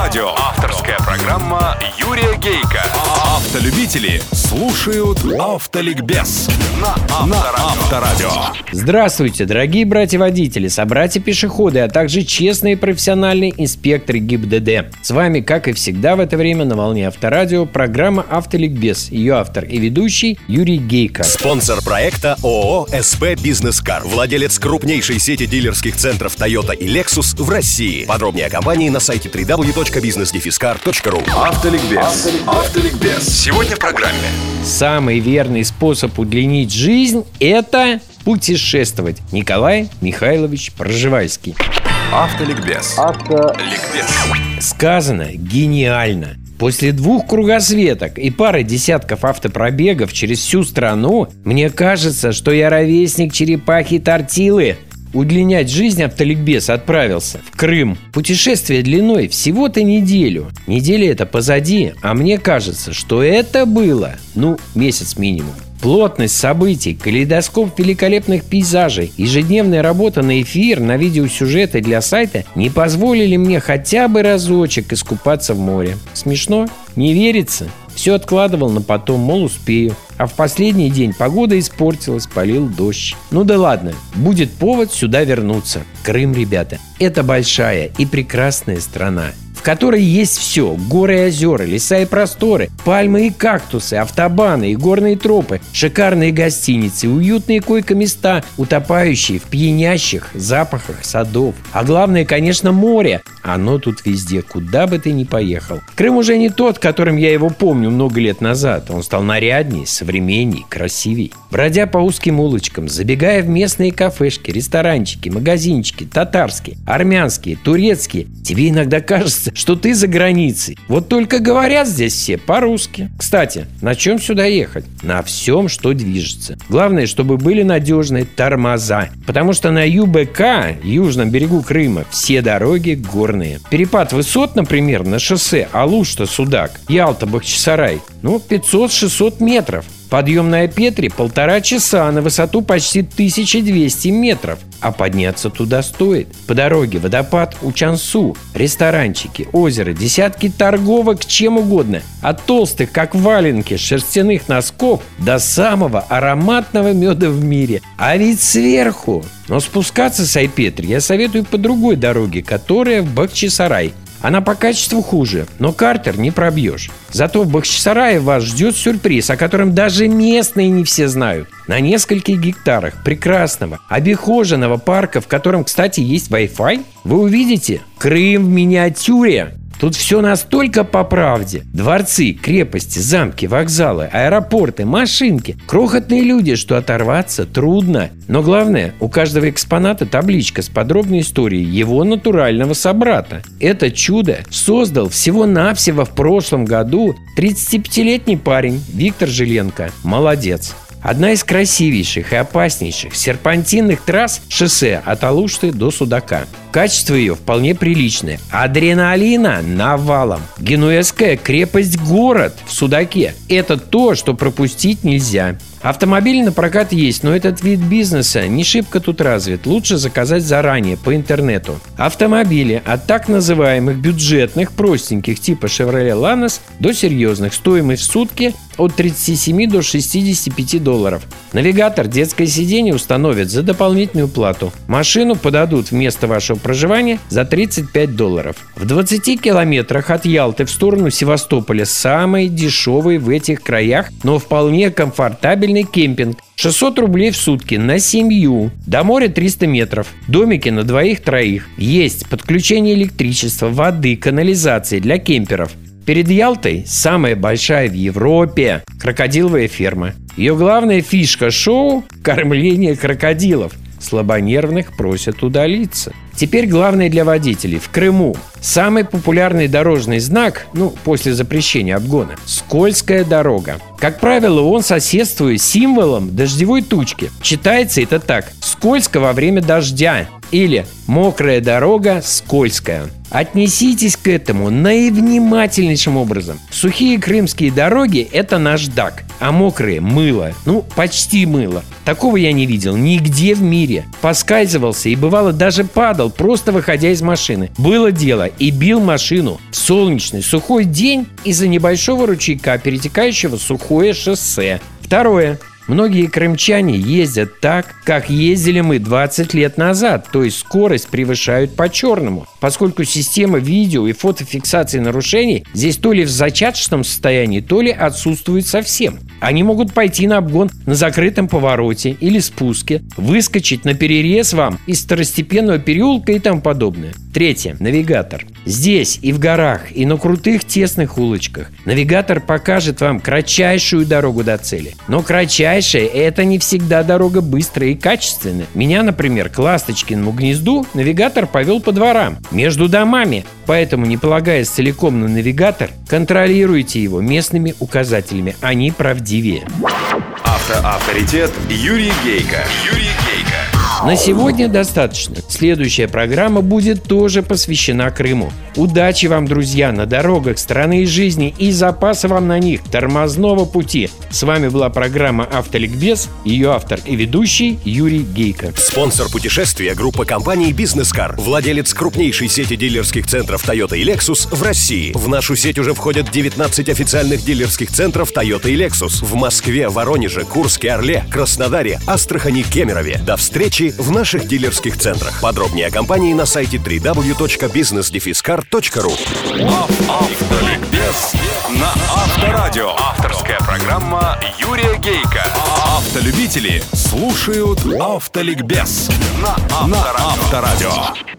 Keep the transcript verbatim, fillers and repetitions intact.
Авторадио. Авторская программа Юрия Гейка. Автолюбители слушают Автоликбез на Авторадио. Здравствуйте, дорогие братья-водители, собратья-пешеходы, а также честные профессиональные инспекторы ГИБДД. С вами, как и всегда в это время на волне Авторадио, программа Автоликбез. Ее автор и ведущий Юрий Гейка. Спонсор проекта ООО «СП Бизнес Кар», владелец крупнейшей сети дилерских центров Toyota и Lexus в России. Подробнее о компании на сайте дабл ю дабл ю дабл ю точка бизнес дефис кар точка ру. Автоликбез. Автоликбез. Сегодня в программе. Самый верный способ удлинить жизнь – это путешествовать. Николай Михайлович Пржевальский. Автоликбез. Автоликбез. Сказано гениально. После двух кругосветок и пары десятков автопробегов через всю страну, мне кажется, что я ровесник черепахи-тортилы. Удлинять жизнь Автоликбез отправился в Крым. Путешествие длиной всего-то неделю. Неделя это позади, а мне кажется, что это было, ну, месяц минимум. Плотность событий, калейдоскоп великолепных пейзажей, ежедневная работа на эфир, на видеосюжеты для сайта не позволили мне хотя бы разочек искупаться в море. Смешно? Не верится? Все откладывал на потом, мол, успею. А в последний день погода испортилась, полил дождь. Ну да ладно, будет повод сюда вернуться. Крым, ребята, это большая и прекрасная страна, в которой есть все: горы и озера, леса и просторы, пальмы и кактусы, автобаны и горные тропы, шикарные гостиницы, уютные койко-места, утопающие в пьянящих запахах садов. А главное, конечно, море. Оно тут везде, куда бы ты ни поехал. Крым уже не тот, которым я его помню много лет назад. Он стал нарядней, современней, красивей. Бродя по узким улочкам, забегая в местные кафешки, ресторанчики, магазинчики, татарские, армянские, турецкие, тебе иногда кажется, что ты за границей. Вот только говорят здесь все по-русски. Кстати, на чем сюда ехать? На всем, что движется. Главное, чтобы были надежные тормоза. Потому что на ю бэ ка, южном берегу Крыма, все дороги горные. Перепад высот, например, на шоссе Алушта-Судак, Ялта-Бахчисарай, ну, пятьсот-шестьсот метров. Подъем на Петре полтора часа на высоту почти тысяча двести метров. А подняться туда стоит. По дороге водопад Учансу, ресторанчики, озеро, десятки торговок, чем угодно. От толстых, как валенки, шерстяных носков до самого ароматного меда в мире. А ведь сверху. Но спускаться с Айпетри я советую по другой дороге, которая в Бахчисарай. Она по качеству хуже, но картер не пробьешь. Зато в Бахчисарае вас ждет сюрприз, о котором даже местные не все знают. На нескольких гектарах прекрасного, обихоженного парка, в котором, кстати, есть Wi-Fi, вы увидите Крым в миниатюре. Тут все настолько по правде. Дворцы, крепости, замки, вокзалы, аэропорты, машинки. Крохотные люди, что оторваться трудно. Но главное, у каждого экспоната табличка с подробной историей его натурального собрата. Это чудо создал всего-навсего в прошлом году тридцатипятилетний парень Виктор Жиленко. Молодец. Одна из красивейших и опаснейших серпантинных трасс шоссе от Алушты до Судака. Качество ее вполне приличное. Адреналина навалом. Генуэзская крепость-город в Судаке. Это то, что пропустить нельзя. Автомобили на прокат есть, но этот вид бизнеса не шибко тут развит. Лучше заказать заранее по интернету. Автомобили от так называемых бюджетных, простеньких типа Chevrolet Lanos до серьезных. Стоимость в сутки от тридцати семи до шестидесяти пяти долларов. Навигатор, детское сиденье установят за дополнительную плату. Машину подадут в место вашего проживания за тридцать пять долларов. В двадцати километрах от Ялты в сторону Севастополя самый дешевый в этих краях, но вполне комфортабельный кемпинг. шестьсот рублей в сутки на семью. До моря триста метров. Домики на двоих-троих. Есть подключение электричества, воды, канализации для кемперов. Перед Ялтой самая большая в Европе крокодиловая ферма. Ее главная фишка шоу – кормление крокодилов. Слабонервных просят удалиться. Теперь главное для водителей. В Крыму самый популярный дорожный знак, ну, после запрещения обгона – скользкая дорога. Как правило, он соседствует с символом дождевой тучки. Читается это так: скользко во время дождя или мокрая дорога скользкая. Отнеситесь к этому наивнимательнейшим образом. Сухие крымские дороги – это наждак. а мокрые – мыло. Ну, почти мыло. Такого я не видел нигде в мире. Поскальзывался и, бывало, даже падал, просто выходя из машины. Было дело, и бил машину в солнечный сухой день из-за небольшого ручейка, перетекающего в сухое шоссе. Второе. Многие крымчане ездят так, как ездили мы двадцать лет назад, то есть скорость превышают по-черному, поскольку система видео и фотофиксации нарушений здесь то ли в зачаточном состоянии, то ли отсутствует совсем. Они могут пойти на обгон на закрытом повороте или спуске, выскочить на перерез вам из второстепенного переулка и тому подобное. Третье. Навигатор. Здесь и в горах, и на крутых тесных улочках навигатор покажет вам кратчайшую дорогу до цели. Но кратчайшая – это не всегда дорога быстрая и качественная. Меня, например, к Ласточкиному гнезду навигатор повел по дворам, между домами. Поэтому, не полагаясь целиком на навигатор, контролируйте его местными указателями. Они правдивее. Автоавторитет Юрий Гейко. Юрий Гейко. На сегодня достаточно. Следующая программа будет тоже посвящена Крыму. Удачи вам, друзья, на дорогах страны и жизни и запаса вам на них тормозного пути. С вами была программа «Автоликбез», ее автор и ведущий Юрий Гейко. Спонсор путешествия – группа компаний «Бизнес-Кар», владелец крупнейшей сети дилерских центров Toyota и Lexus в России. В нашу сеть уже входят девятнадцать официальных дилерских центров Toyota и Lexus в Москве, Воронеже, Курске, Орле, Краснодаре, Астрахани, Кемерове. До встречи в наших дилерских центрах. Подробнее о компании на сайте дабл ю дабл ю дабл ю точка бизнес кар точка ру. Автоликбез на Авторадио. Авторская программа Юрия Гейко. Автолюбители слушают Автоликбез на Авторадио.